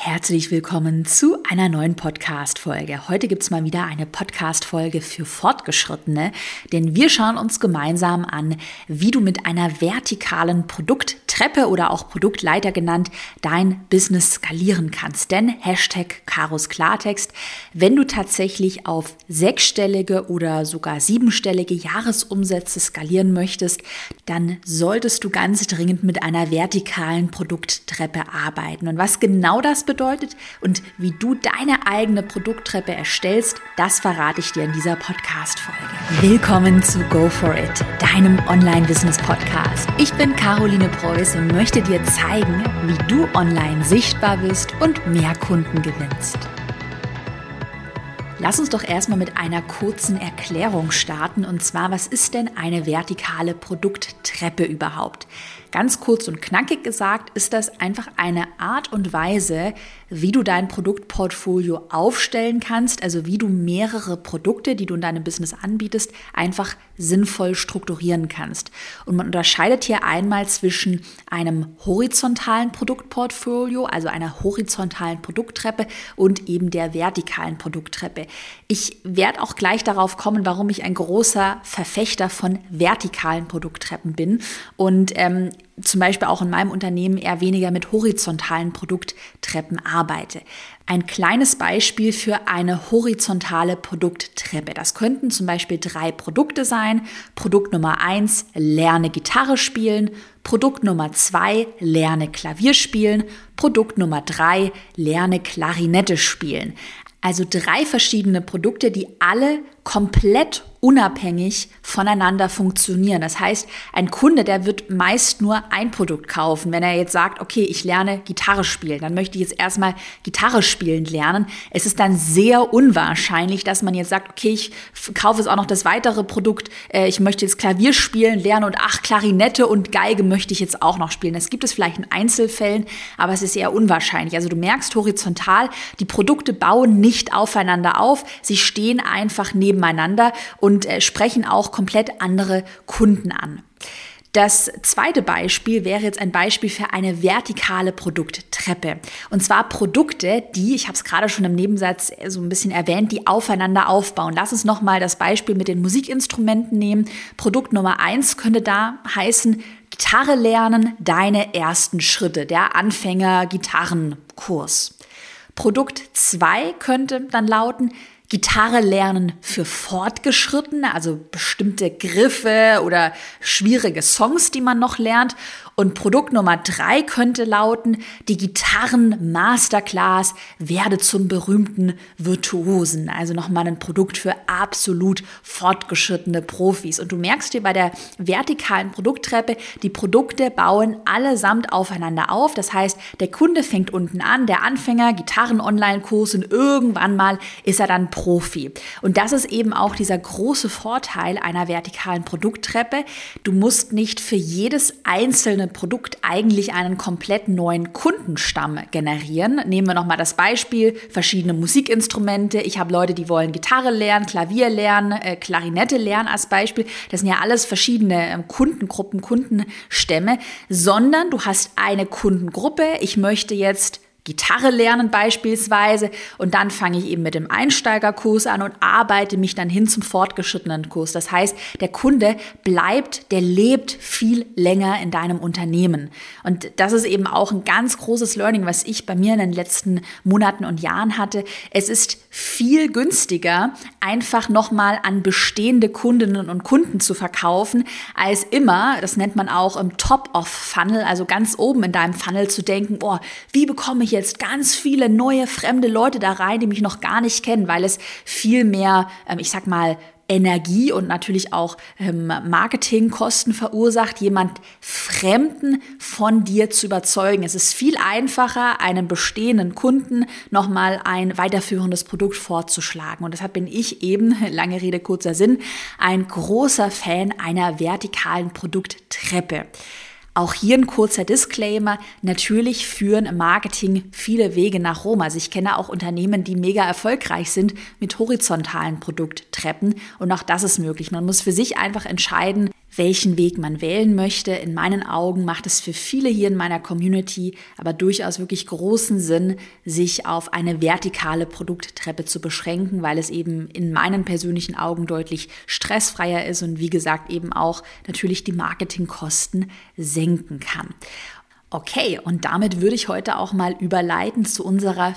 Herzlich willkommen zu einer neuen Podcast-Folge. Heute gibt es mal wieder eine Podcast-Folge für Fortgeschrittene, denn wir schauen uns gemeinsam an, wie du mit einer vertikalen Produkttreppe oder auch Produktleiter genannt dein Business skalieren kannst. Denn #Karos Klartext, wenn du tatsächlich auf 6-stellige oder sogar 7-stellige Jahresumsätze skalieren möchtest, dann solltest du ganz dringend mit einer vertikalen Produkttreppe arbeiten. Und was genau das bedeutet und wie du deine eigene Produkttreppe erstellst, das verrate ich dir in dieser Podcast-Folge. Willkommen zu Go For It, deinem Online-Business-Podcast. Ich bin Caroline Preuß und möchte dir zeigen, wie du online sichtbar bist und mehr Kunden gewinnst. Lass uns doch erstmal mit einer kurzen Erklärung starten, und zwar, was ist denn eine vertikale Produkttreppe überhaupt? Ganz kurz und knackig gesagt ist das einfach eine Art und Weise, wie du dein Produktportfolio aufstellen kannst, also wie du mehrere Produkte, die du in deinem Business anbietest, einfach sinnvoll strukturieren kannst. Und man unterscheidet hier einmal zwischen einem horizontalen Produktportfolio, also einer horizontalen Produkttreppe, und eben der vertikalen Produkttreppe. Ich werde auch gleich darauf kommen, warum ich ein großer Verfechter von vertikalen Produkttreppen bin und zum Beispiel auch in meinem Unternehmen eher weniger mit horizontalen Produkttreppen arbeite. Ein kleines Beispiel für eine horizontale Produkttreppe. Das könnten zum Beispiel 3 Produkte sein. Produkt Nummer 1, lerne Gitarre spielen. Produkt Nummer 2, lerne Klavier spielen. Produkt Nummer 3, lerne Klarinette spielen. Also 3 verschiedene Produkte, die alle komplett unabhängig voneinander funktionieren. Das heißt, ein Kunde, der wird meist nur ein Produkt kaufen. Wenn er jetzt sagt, okay, ich lerne Gitarre spielen, dann möchte ich jetzt erstmal Gitarre spielen lernen. Es ist dann sehr unwahrscheinlich, dass man jetzt sagt, okay, ich kaufe jetzt auch noch das weitere Produkt, ich möchte jetzt Klavier spielen lernen und Klarinette und Geige möchte ich jetzt auch noch spielen. Das gibt es vielleicht in Einzelfällen, aber es ist eher unwahrscheinlich. Also du merkst horizontal, die Produkte bauen nicht aufeinander auf, sie stehen einfach nebeneinander und sprechen auch komplett andere Kunden an. Das zweite Beispiel wäre jetzt ein Beispiel für eine vertikale Produkttreppe. Und zwar Produkte, die, ich habe es gerade schon im Nebensatz so ein bisschen erwähnt, die aufeinander aufbauen. Lass uns nochmal das Beispiel mit den Musikinstrumenten nehmen. Produkt Nummer 1 könnte da heißen, Gitarre lernen, deine ersten Schritte, der Anfänger-Gitarrenkurs. Produkt 2 könnte dann lauten, Gitarre lernen für Fortgeschrittene, also bestimmte Griffe oder schwierige Songs, die man noch lernt. Und Produkt Nummer 3 könnte lauten, die Gitarren-Masterclass, werde zum berühmten Virtuosen. Also nochmal ein Produkt für absolut fortgeschrittene Profis. Und du merkst hier bei der vertikalen Produkttreppe, die Produkte bauen allesamt aufeinander auf. Das heißt, der Kunde fängt unten an, der Anfänger, Gitarren-Online-Kurs, und irgendwann mal ist er dann Profi. Und das ist eben auch dieser große Vorteil einer vertikalen Produkttreppe. Du musst nicht für jedes einzelne Produkt eigentlich einen komplett neuen Kundenstamm generieren. Nehmen wir nochmal das Beispiel, verschiedene Musikinstrumente. Ich habe Leute, die wollen Gitarre lernen, Klavier lernen, Klarinette lernen als Beispiel. Das sind ja alles verschiedene Kundengruppen, Kundenstämme, sondern du hast eine Kundengruppe. Ich möchte jetzt Gitarre lernen beispielsweise, und dann fange ich eben mit dem Einsteigerkurs an und arbeite mich dann hin zum fortgeschrittenen Kurs. Das heißt, der Kunde der lebt viel länger in deinem Unternehmen. Und das ist eben auch ein ganz großes Learning, was ich bei mir in den letzten Monaten und Jahren hatte. Es ist viel günstiger, einfach nochmal an bestehende Kundinnen und Kunden zu verkaufen, als immer, das nennt man auch im Top-of-Funnel, also ganz oben in deinem Funnel zu denken, wie bekomme ich jetzt ganz viele neue, fremde Leute da rein, die mich noch gar nicht kennen, weil es viel mehr, Energie und natürlich auch Marketingkosten verursacht, jemand Fremden von dir zu überzeugen. Es ist viel einfacher, einem bestehenden Kunden nochmal ein weiterführendes Produkt vorzuschlagen. Und deshalb bin ich eben, lange Rede, kurzer Sinn, ein großer Fan einer vertikalen Produkttreppe. Auch hier ein kurzer Disclaimer, natürlich führen im Marketing viele Wege nach Rom. Also ich kenne auch Unternehmen, die mega erfolgreich sind mit horizontalen Produkttreppen, und auch das ist möglich. Man muss für sich einfach entscheiden, welchen Weg man wählen möchte. In meinen Augen macht es für viele hier in meiner Community aber durchaus wirklich großen Sinn, sich auf eine vertikale Produkttreppe zu beschränken, weil es eben in meinen persönlichen Augen deutlich stressfreier ist und wie gesagt eben auch natürlich die Marketingkosten senken kann. Okay, und damit würde ich heute auch mal überleiten zu unserer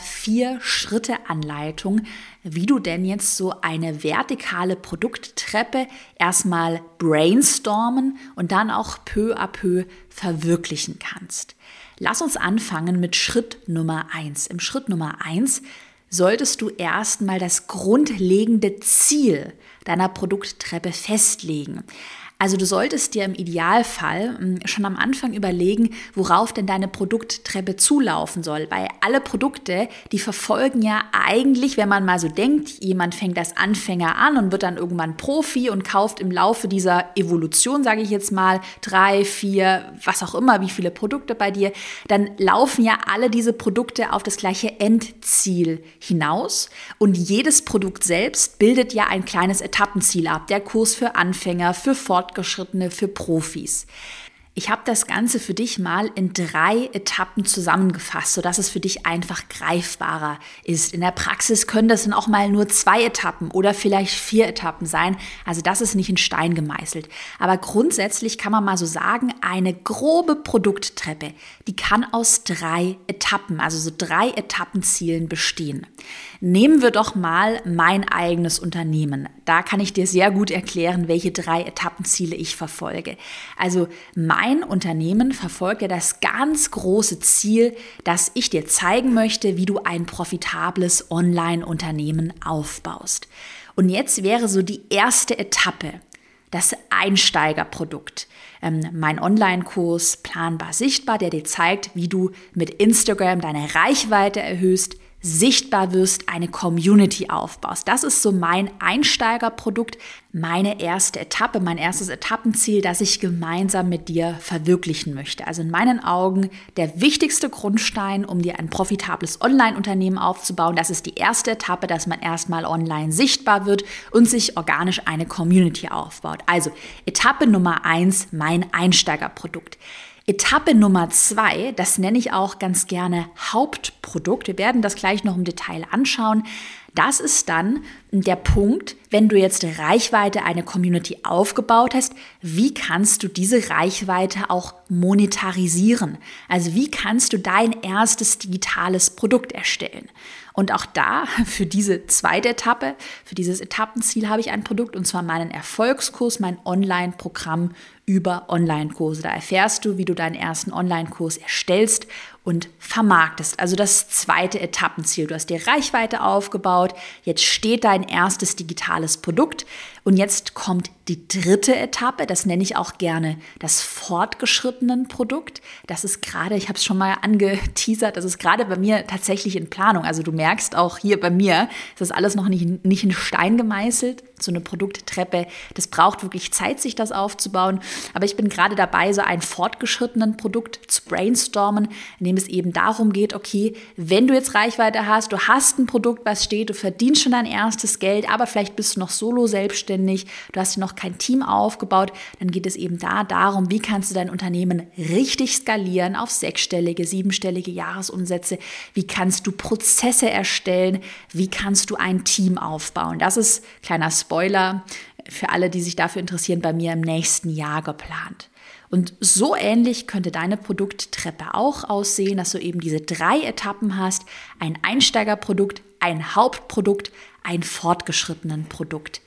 4-Schritte-Anleitung, wie du denn jetzt so eine vertikale Produkttreppe erstmal brainstormen und dann auch peu à peu verwirklichen kannst. Lass uns anfangen mit Schritt Nummer 1. Im Schritt Nummer 1 solltest du erstmal das grundlegende Ziel deiner Produkttreppe festlegen. Also du solltest dir im Idealfall schon am Anfang überlegen, worauf denn deine Produkttreppe zulaufen soll. Weil alle Produkte, die verfolgen ja eigentlich, wenn man mal so denkt, jemand fängt als Anfänger an und wird dann irgendwann Profi und kauft im Laufe dieser Evolution, sage ich jetzt mal, 3, 4, was auch immer, wie viele Produkte bei dir, dann laufen ja alle diese Produkte auf das gleiche Endziel hinaus. Und jedes Produkt selbst bildet ja ein kleines Etappenziel ab. Der Kurs für Anfänger, für Fortgeschrittene, für Profis. Ich habe das Ganze für dich mal in 3 Etappen zusammengefasst, sodass es für dich einfach greifbarer ist. In der Praxis können das dann auch mal nur 2 Etappen oder vielleicht 4 Etappen sein. Also das ist nicht in Stein gemeißelt. Aber grundsätzlich kann man mal so sagen, eine grobe Produkttreppe, die kann aus 3 Etappen, also so 3 Etappenzielen bestehen. Nehmen wir doch mal mein eigenes Unternehmen. Da kann ich dir sehr gut erklären, welche 3 Etappenziele ich verfolge. Also mein Unternehmen verfolgt ja das ganz große Ziel, dass ich dir zeigen möchte, wie du ein profitables Online-Unternehmen aufbaust. Und jetzt wäre so die erste Etappe, das Einsteigerprodukt. Mein Online-Kurs Planbar Sichtbar, der dir zeigt, wie du mit Instagram deine Reichweite erhöhst, sichtbar wirst, eine Community aufbaust. Das ist so mein Einsteigerprodukt, meine erste Etappe, mein erstes Etappenziel, das ich gemeinsam mit dir verwirklichen möchte. Also in meinen Augen der wichtigste Grundstein, um dir ein profitables Online-Unternehmen aufzubauen. Das ist die erste Etappe, dass man erstmal online sichtbar wird und sich organisch eine Community aufbaut. Also Etappe Nummer 1, mein Einsteigerprodukt. Etappe Nummer 2, das nenne ich auch ganz gerne Hauptprodukt. Wir werden das gleich noch im Detail anschauen. Das ist dann der Punkt, wenn du jetzt Reichweite, eine Community aufgebaut hast, wie kannst du diese Reichweite auch monetarisieren? Also wie kannst du dein erstes digitales Produkt erstellen? Und auch da, für diese zweite Etappe, für dieses Etappenziel habe ich ein Produkt, und zwar meinen Erfolgskurs, mein Online-Programm über Online-Kurse. Da erfährst du, wie du deinen ersten Online-Kurs erstellst und vermarktest. Also das zweite Etappenziel. Du hast dir Reichweite aufgebaut, jetzt steht dein erstes digitales Produkt und jetzt kommt die dritte Etappe, das nenne ich auch gerne das fortgeschrittenen Produkt. Das ist gerade, ich habe es schon mal angeteasert, das ist gerade bei mir tatsächlich in Planung. Also du merkst auch hier bei mir, das ist alles noch nicht in Stein gemeißelt. So eine Produkttreppe, das braucht wirklich Zeit, sich das aufzubauen. Aber ich bin gerade dabei, so ein fortgeschrittenen Produkt zu brainstormen, in dem es eben darum geht, okay, wenn du jetzt Reichweite hast, du hast ein Produkt, was steht, du verdienst schon dein erstes Geld, aber vielleicht bist du noch solo selbstständig, du hast dir noch kein Team aufgebaut, dann geht es eben darum, wie kannst du dein Unternehmen richtig skalieren auf 6-stellige, 7-stellige Jahresumsätze, wie kannst du Prozesse erstellen, wie kannst du ein Team aufbauen. Das ist, kleiner Spoiler, für alle, die sich dafür interessieren, bei mir im nächsten Jahr geplant. Und so ähnlich könnte deine Produkttreppe auch aussehen, dass du eben diese 3 Etappen hast, ein Einsteigerprodukt, ein Hauptprodukt, ein fortgeschrittenen Produkt.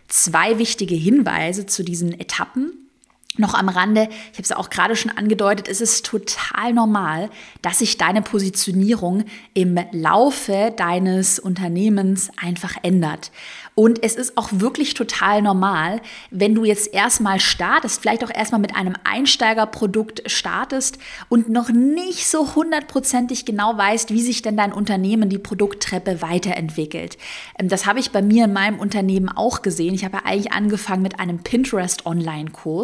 2 wichtige Hinweise zu diesen Etappen. Noch am Rande, ich habe es auch gerade schon angedeutet, es ist total normal, dass sich deine Positionierung im Laufe deines Unternehmens einfach ändert. Und es ist auch wirklich total normal, wenn du jetzt erstmal startest, vielleicht auch erstmal mit einem Einsteigerprodukt startest und noch nicht so hundertprozentig genau weißt, wie sich denn dein Unternehmen, die Produkttreppe weiterentwickelt. Das habe ich bei mir in meinem Unternehmen auch gesehen. Ich habe ja eigentlich angefangen mit einem Pinterest-Online-Kurs, dann habe ich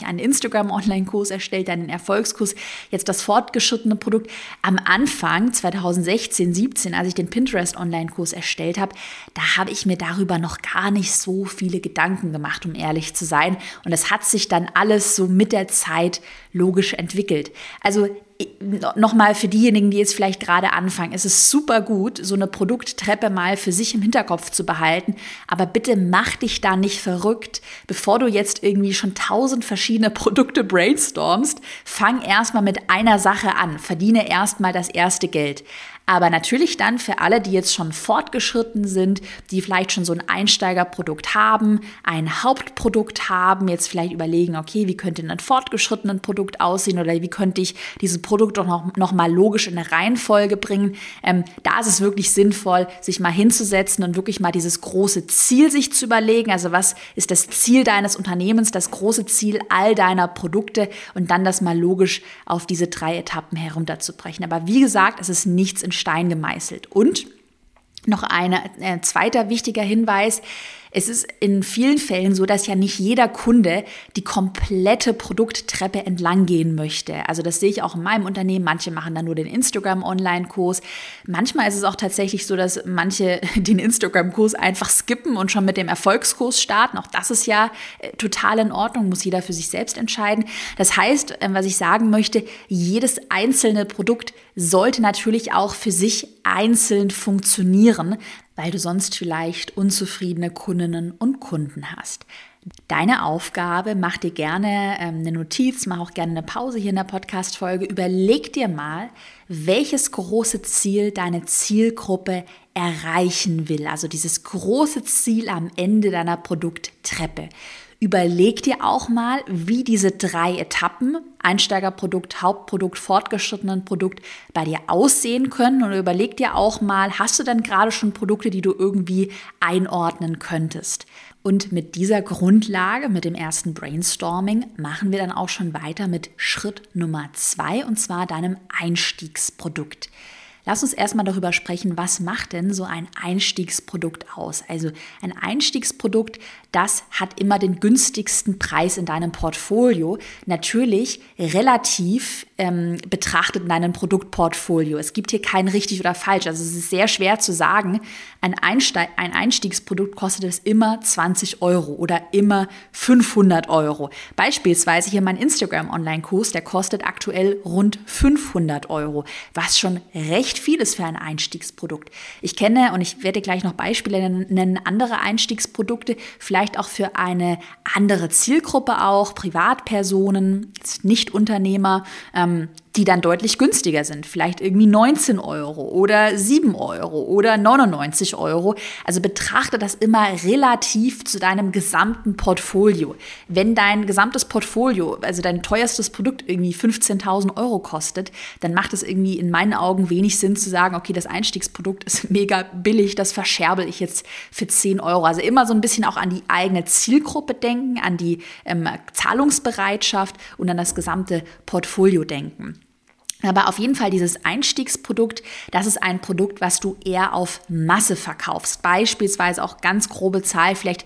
einen Instagram-Online-Kurs erstellt, einen Erfolgskurs, jetzt das fortgeschrittene Produkt. Am Anfang, 2016, 17, als ich den Pinterest-Online-Kurs erstellt habe, da habe ich mir darüber noch gar nicht so viele Gedanken gemacht, um ehrlich zu sein. Und es hat sich dann alles so mit der Zeit logisch entwickelt. Also nochmal für diejenigen, die jetzt vielleicht gerade anfangen, es ist super gut, so eine Produkttreppe mal für sich im Hinterkopf zu behalten, aber bitte mach dich da nicht verrückt, bevor du jetzt irgendwie schon 1000 verschiedene Produkte brainstormst, fang erstmal mit einer Sache an, verdiene erstmal das erste Geld. Aber natürlich dann für alle, die jetzt schon fortgeschritten sind, die vielleicht schon so ein Einsteigerprodukt haben, ein Hauptprodukt haben, jetzt vielleicht überlegen, okay, wie könnte ein fortgeschrittenen Produkt aussehen oder wie könnte ich dieses Produkt doch noch mal logisch in eine Reihenfolge bringen. Da ist es wirklich sinnvoll, sich mal hinzusetzen und wirklich mal dieses große Ziel sich zu überlegen. Also was ist das Ziel deines Unternehmens, das große Ziel all deiner Produkte und dann das mal logisch auf diese 3 Etappen herunterzubrechen. Aber wie gesagt, es ist nichts in Stein gemeißelt. Und noch ein zweiter wichtiger Hinweis: Es ist in vielen Fällen so, dass ja nicht jeder Kunde die komplette Produkttreppe entlang gehen möchte. Also das sehe ich auch in meinem Unternehmen. Manche machen dann nur den Instagram-Online-Kurs. Manchmal ist es auch tatsächlich so, dass manche den Instagram-Kurs einfach skippen und schon mit dem Erfolgskurs starten. Auch das ist ja total in Ordnung, muss jeder für sich selbst entscheiden. Das heißt, was ich sagen möchte, jedes einzelne Produkt sollte natürlich auch für sich einzeln funktionieren, weil du sonst vielleicht unzufriedene Kundinnen und Kunden hast. Deine Aufgabe, mach dir gerne eine Notiz, mach auch gerne eine Pause hier in der Podcast-Folge. Überleg dir mal, welches große Ziel deine Zielgruppe erreichen will. Also dieses große Ziel am Ende deiner Produkttreppe. Überleg dir auch mal, wie diese 3 Etappen, Einsteigerprodukt, Hauptprodukt, fortgeschrittenen Produkt, bei dir aussehen können. Und überleg dir auch mal, hast du denn gerade schon Produkte, die du irgendwie einordnen könntest? Und mit dieser Grundlage, mit dem ersten Brainstorming, machen wir dann auch schon weiter mit Schritt Nummer 2, und zwar deinem Einstiegsprodukt. Lass uns erstmal darüber sprechen, was macht denn so ein Einstiegsprodukt aus? Also ein Einstiegsprodukt, das hat immer den günstigsten Preis in deinem Portfolio. Natürlich relativ betrachtet in deinem Produktportfolio. Es gibt hier kein richtig oder falsch. Also es ist sehr schwer zu sagen, ein Einstiegsprodukt kostet es immer 20 € oder immer 500 €. Beispielsweise hier mein Instagram-Online-Kurs, der kostet aktuell rund 500 €, was schon recht viel ist für ein Einstiegsprodukt. Ich kenne, und ich werde gleich noch Beispiele nennen, andere Einstiegsprodukte, vielleicht auch für eine andere Zielgruppe auch, Privatpersonen, Nicht-Unternehmer, die dann deutlich günstiger sind. Vielleicht irgendwie 19 € oder 7 € oder 99 €. Also betrachte das immer relativ zu deinem gesamten Portfolio. Wenn dein gesamtes Portfolio, also dein teuerstes Produkt irgendwie 15.000 € kostet, dann macht es irgendwie in meinen Augen wenig Sinn zu sagen, okay, das Einstiegsprodukt ist mega billig, das verscherbel ich jetzt für 10 €. Also immer so ein bisschen auch an die eigene Zielgruppe denken, an die Zahlungsbereitschaft und an das gesamte Portfolio denken. Aber auf jeden Fall dieses Einstiegsprodukt, das ist ein Produkt, was du eher auf Masse verkaufst. Beispielsweise auch ganz grobe Zahl, vielleicht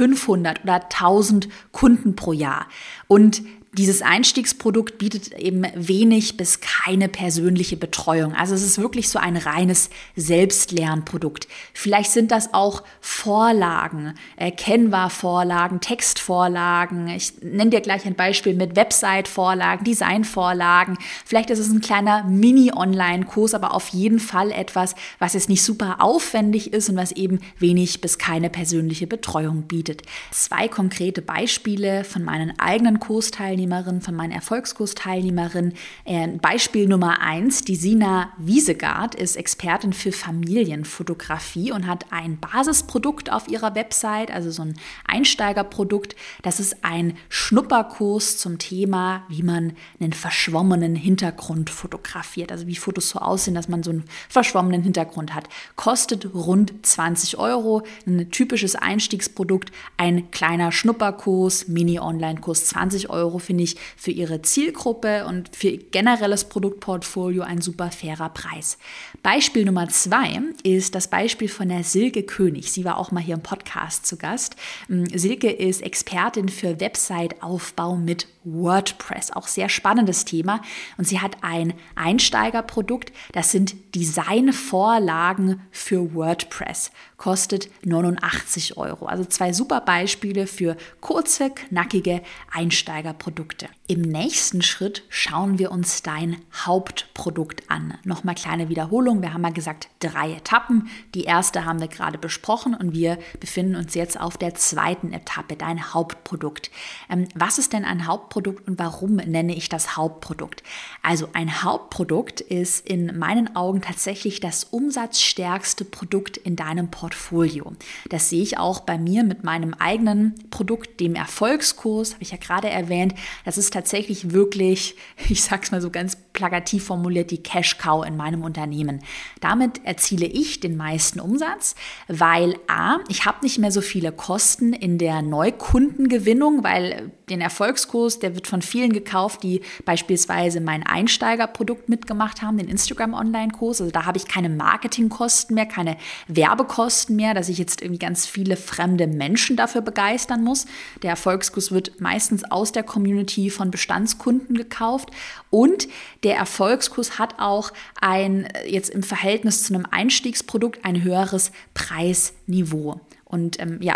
500 oder 1000 Kunden pro Jahr. Und dieses Einstiegsprodukt bietet eben wenig bis keine persönliche Betreuung. Also es ist wirklich so ein reines Selbstlernprodukt. Vielleicht sind das auch Vorlagen, Canva-Vorlagen, Textvorlagen. Ich nenne dir gleich ein Beispiel mit Website-Vorlagen, Design-Vorlagen. Vielleicht ist es ein kleiner Mini-Online-Kurs, aber auf jeden Fall etwas, was jetzt nicht super aufwendig ist und was eben wenig bis keine persönliche Betreuung bietet. 2 konkrete Beispiele von meinen eigenen Kursteilnehmern, von meinen Erfolgskursteilnehmerinnen. Beispiel Nummer 1, die Sina Wiesegaard ist Expertin für Familienfotografie und hat ein Basisprodukt auf ihrer Website, also so ein Einsteigerprodukt. Das ist ein Schnupperkurs zum Thema, wie man einen verschwommenen Hintergrund fotografiert. Also wie Fotos so aussehen, dass man so einen verschwommenen Hintergrund hat. Kostet rund 20 €, ein typisches Einstiegsprodukt, ein kleiner Schnupperkurs, Mini-Online-Kurs, 20 € finde ich für ihre Zielgruppe und für generelles Produktportfolio ein super fairer Preis. Beispiel Nummer 2 ist das Beispiel von der Silke König. Sie war auch mal hier im Podcast zu Gast. Silke ist Expertin für Website-Aufbau mit WordPress. Auch sehr spannendes Thema. Und sie hat ein Einsteigerprodukt. Das sind Designvorlagen für WordPress. Kostet 89 €. Also 2 super Beispiele für kurze, knackige Einsteigerprodukte. Im nächsten Schritt schauen wir uns dein Hauptprodukt an. Nochmal kleine Wiederholung. Wir haben mal gesagt 3 Etappen. Die erste haben wir gerade besprochen und wir befinden uns jetzt auf der zweiten Etappe, dein Hauptprodukt. Was ist denn ein Hauptprodukt und warum nenne ich das Hauptprodukt? Also ein Hauptprodukt ist in meinen Augen tatsächlich das umsatzstärkste Produkt in deinem Portfolio. Das sehe ich auch bei mir mit meinem eigenen Produkt, dem Erfolgskurs, habe ich ja gerade erwähnt. Das ist tatsächlich wirklich, ich sage es mal so ganz plakativ formuliert, die Cash-Cow in meinem Unternehmen. Damit erziele ich den meisten Umsatz, weil ich habe nicht mehr so viele Kosten in der Neukundengewinnung, weil den Erfolgskurs, der wird von vielen gekauft, die beispielsweise mein Einsteigerprodukt mitgemacht haben, den Instagram-Online-Kurs. Also da habe ich keine Marketingkosten mehr, keine Werbekosten mehr, dass ich jetzt irgendwie ganz viele fremde Menschen dafür begeistern muss. Der Erfolgskurs wird meistens aus der Community von Bestandskunden gekauft und der Erfolgskurs hat auch jetzt im Verhältnis zu einem Einstiegsprodukt ein höheres Preisniveau und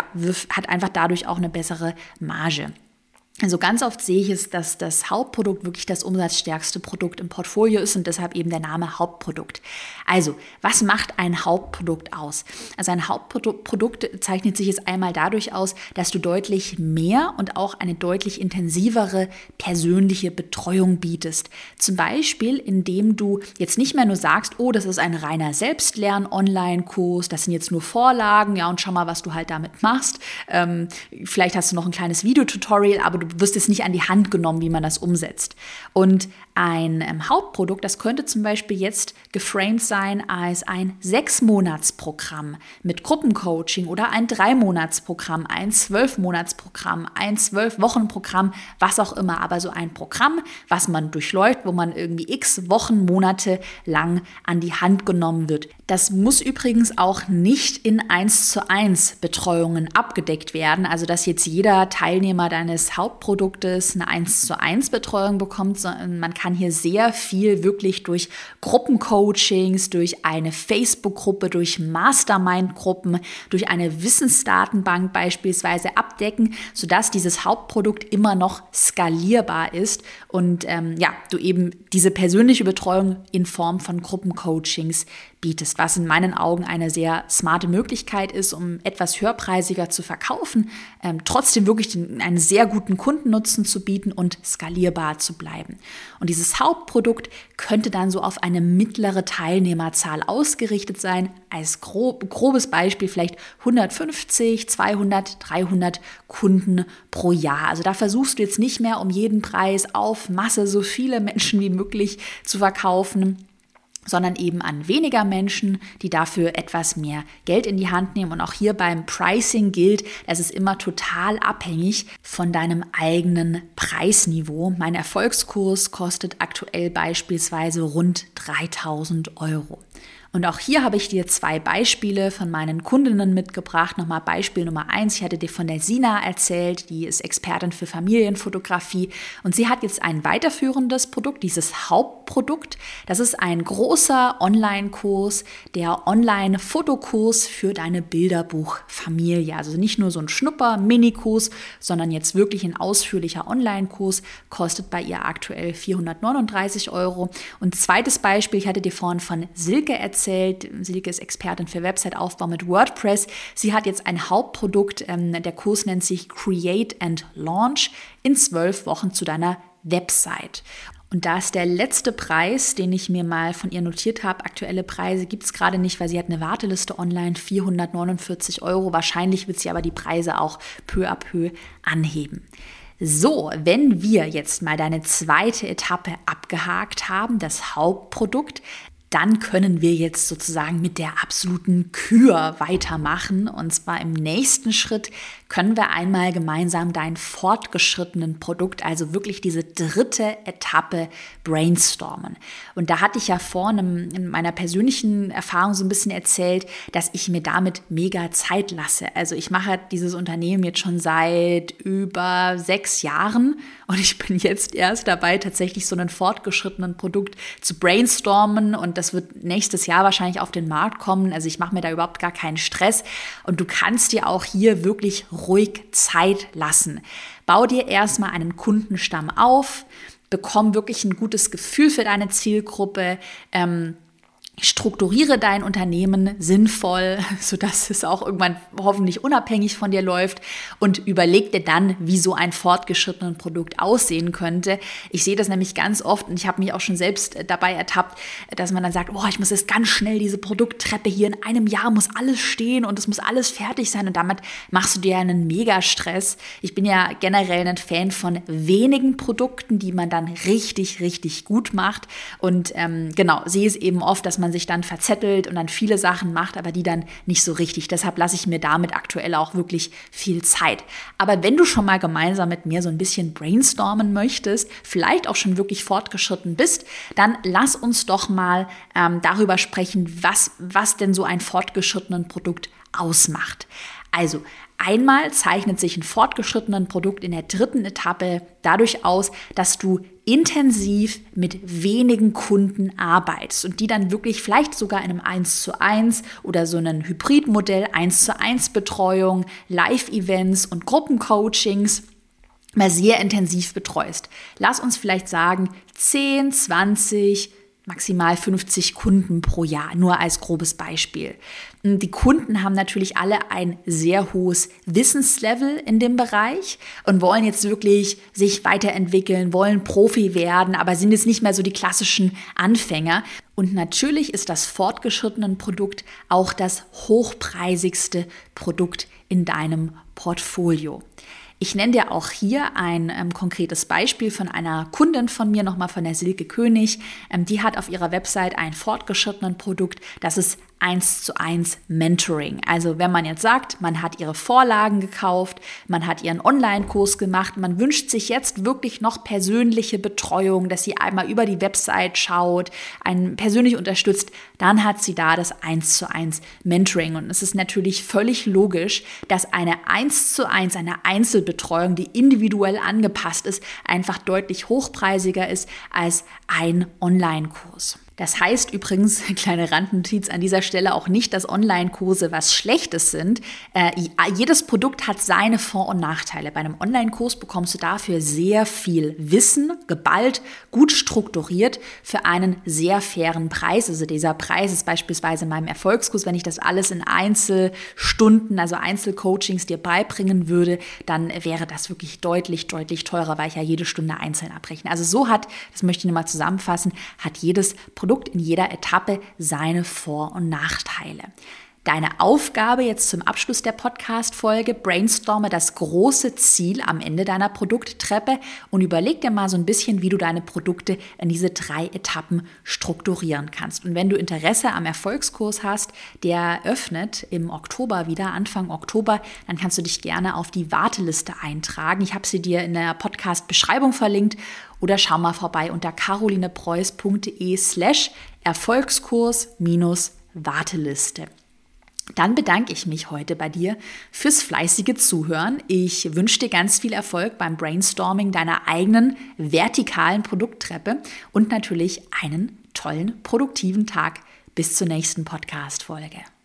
hat einfach dadurch auch eine bessere Marge. Also ganz oft sehe ich es, dass das Hauptprodukt wirklich das umsatzstärkste Produkt im Portfolio ist und deshalb eben der Name Hauptprodukt. Also, was macht ein Hauptprodukt aus? Also ein Hauptprodukt zeichnet sich jetzt einmal dadurch aus, dass du deutlich mehr und auch eine deutlich intensivere persönliche Betreuung bietest. Zum Beispiel, indem du jetzt nicht mehr nur sagst, oh, das ist ein reiner Selbstlern-Online-Kurs, das sind jetzt nur Vorlagen, ja, und schau mal, was du halt damit machst. Vielleicht hast du noch ein kleines Videotutorial, aber du wirst jetzt nicht an die Hand genommen, wie man das umsetzt. Und ein Hauptprodukt, das könnte zum Beispiel jetzt geframed sein als ein 6-Monats-Programm mit Gruppencoaching oder ein 3-Monats-Programm, ein 12-Monats-Programm, ein 12-Wochen-Programm, was auch immer. Aber so ein Programm, was man durchläuft, wo man irgendwie x Wochen, Monate lang an die Hand genommen wird. Das muss übrigens auch nicht in 1:1 Betreuungen abgedeckt werden. Also dass jetzt jeder Teilnehmer deines Hauptproduktes eine 1:1 Betreuung bekommt, sondern man kann hier sehr viel wirklich durch Gruppencoachings, durch eine Facebook-Gruppe, durch Mastermind-Gruppen, durch eine Wissensdatenbank beispielsweise abdecken, sodass dieses Hauptprodukt immer noch skalierbar ist und du eben diese persönliche Betreuung in Form von Gruppencoachings bietest, was in meinen Augen eine sehr smarte Möglichkeit ist, um etwas höherpreisiger zu verkaufen, trotzdem wirklich einen sehr guten Kundennutzen zu bieten und skalierbar zu bleiben. Und dieses Hauptprodukt könnte dann so auf eine mittlere Teilnehmerzahl ausgerichtet sein. Als grobes Beispiel vielleicht 150, 200, 300 Kunden pro Jahr. Also da versuchst du jetzt nicht mehr um jeden Preis auf Masse so viele Menschen wie möglich zu verkaufen, sondern eben an weniger Menschen, die dafür etwas mehr Geld in die Hand nehmen. Und auch hier beim Pricing gilt, es ist immer total abhängig von deinem eigenen Preisniveau. Mein Erfolgskurs kostet aktuell beispielsweise rund 3.000 €. Und auch hier habe ich dir 2 Beispiele von meinen Kundinnen mitgebracht. Nochmal Beispiel Nummer 1. Ich hatte dir von der Sina erzählt, die ist Expertin für Familienfotografie. Und sie hat jetzt ein weiterführendes Produkt, dieses Hauptprodukt. Das ist ein großer Online-Kurs, der Online-Fotokurs für deine Bilderbuchfamilie. Also nicht nur so ein Schnupper-Mini-Kurs, sondern jetzt wirklich ein ausführlicher Online-Kurs. Kostet bei ihr aktuell 439 €. Und zweites Beispiel, ich hatte dir vorhin von Silke erzählt. Silke ist Expertin für Website-Aufbau mit WordPress. Sie hat jetzt ein Hauptprodukt, der Kurs nennt sich Create and Launch in 12 Wochen zu deiner Website. Und da ist der letzte Preis, den ich mir mal von ihr notiert habe. Aktuelle Preise gibt es gerade nicht, weil sie hat eine Warteliste online, 449 €. Wahrscheinlich wird sie aber die Preise auch peu à peu anheben. So, wenn wir jetzt mal deine zweite Etappe abgehakt haben, das Hauptprodukt, dann können wir jetzt sozusagen mit der absoluten Kür weitermachen. Und zwar im nächsten Schritt können wir einmal gemeinsam dein fortgeschrittenen Produkt, also wirklich diese dritte Etappe, brainstormen. Und da hatte ich ja vorhin in meiner persönlichen Erfahrung so ein bisschen erzählt, dass ich mir damit mega Zeit lasse. Also ich mache dieses Unternehmen jetzt schon seit über 6 Jahren und ich bin jetzt erst dabei, tatsächlich so ein fortgeschrittenen Produkt zu brainstormen, und das wird nächstes Jahr wahrscheinlich auf den Markt kommen. Also ich mache mir da überhaupt gar keinen Stress, und du kannst dir auch hier wirklich ruhig Zeit lassen. Bau dir erstmal einen Kundenstamm auf, bekomm wirklich ein gutes Gefühl für deine Zielgruppe, strukturiere dein Unternehmen sinnvoll, sodass es auch irgendwann hoffentlich unabhängig von dir läuft, und überleg dir dann, wie so ein fortgeschrittenes Produkt aussehen könnte. Ich sehe das nämlich ganz oft, und ich habe mich auch schon selbst dabei ertappt, dass man dann sagt, oh, ich muss jetzt ganz schnell diese Produkttreppe hier, in einem Jahr muss alles stehen und es muss alles fertig sein, und damit machst du dir einen Mega-Stress. Ich bin ja generell ein Fan von wenigen Produkten, die man dann richtig, richtig gut macht, und genau, sehe es eben oft, dass man sich dann verzettelt und dann viele Sachen macht, aber die dann nicht so richtig. Deshalb lasse ich mir damit aktuell auch wirklich viel Zeit. Aber wenn du schon mal gemeinsam mit mir so ein bisschen brainstormen möchtest, vielleicht auch schon wirklich fortgeschritten bist, dann lass uns doch mal darüber sprechen, was denn so ein fortgeschrittenen Produkt ausmacht. Also, einmal zeichnet sich ein fortgeschrittenen Produkt in der dritten Etappe dadurch aus, dass du intensiv mit wenigen Kunden arbeitest und die dann wirklich vielleicht sogar in einem 1:1 oder so einem Hybridmodell 1:1 Betreuung, Live-Events und Gruppencoachings mal sehr intensiv betreust. Lass uns vielleicht sagen 10, 20, maximal 50 Kunden pro Jahr, nur als grobes Beispiel. Die Kunden haben natürlich alle ein sehr hohes Wissenslevel in dem Bereich und wollen jetzt wirklich sich weiterentwickeln, wollen Profi werden, aber sind jetzt nicht mehr so die klassischen Anfänger. Und natürlich ist das fortgeschrittene Produkt auch das hochpreisigste Produkt in deinem Portfolio. Ich nenne dir auch hier ein konkretes Beispiel von einer Kundin von mir, nochmal von der Silke König. Die hat auf ihrer Website ein fortgeschrittenen Produkt, das ist 1:1 Mentoring. Also wenn man jetzt sagt, man hat ihre Vorlagen gekauft, man hat ihren Online-Kurs gemacht, man wünscht sich jetzt wirklich noch persönliche Betreuung, dass sie einmal über die Website schaut, einen persönlich unterstützt, dann hat sie da das 1:1 Mentoring. Und es ist natürlich völlig logisch, dass eine 1:1, eine Einzelbetreuung, die individuell angepasst ist, einfach deutlich hochpreisiger ist als ein Online-Kurs. Das heißt übrigens, kleine Randnotiz an dieser Stelle, auch nicht, dass Online-Kurse was Schlechtes sind. Jedes Produkt hat seine Vor- und Nachteile. Bei einem Online-Kurs bekommst du dafür sehr viel Wissen, geballt, gut strukturiert, für einen sehr fairen Preis. Also dieser Preis ist beispielsweise in meinem Erfolgskurs, wenn ich das alles in Einzelstunden, also Einzelcoachings dir beibringen würde, dann wäre das wirklich deutlich, deutlich teurer, weil ich ja jede Stunde einzeln abrechne. Also so hat, das möchte ich nochmal zusammenfassen, hat jedes Produkt in jeder Etappe seine Vor- und Nachteile. Deine Aufgabe jetzt zum Abschluss der Podcast-Folge: brainstorme das große Ziel am Ende deiner Produkttreppe und überleg dir mal so ein bisschen, wie du deine Produkte in diese 3 Etappen strukturieren kannst. Und wenn du Interesse am Erfolgskurs hast, der öffnet im Oktober wieder, Anfang Oktober, dann kannst du dich gerne auf die Warteliste eintragen. Ich habe sie dir in der Podcast-Beschreibung verlinkt. Oder schau mal vorbei unter carolinepreuß.de/Erfolgskurs-Warteliste. Dann bedanke ich mich heute bei dir fürs fleißige Zuhören. Ich wünsche dir ganz viel Erfolg beim Brainstorming deiner eigenen vertikalen Produkttreppe und natürlich einen tollen, produktiven Tag. Bis zur nächsten Podcast-Folge.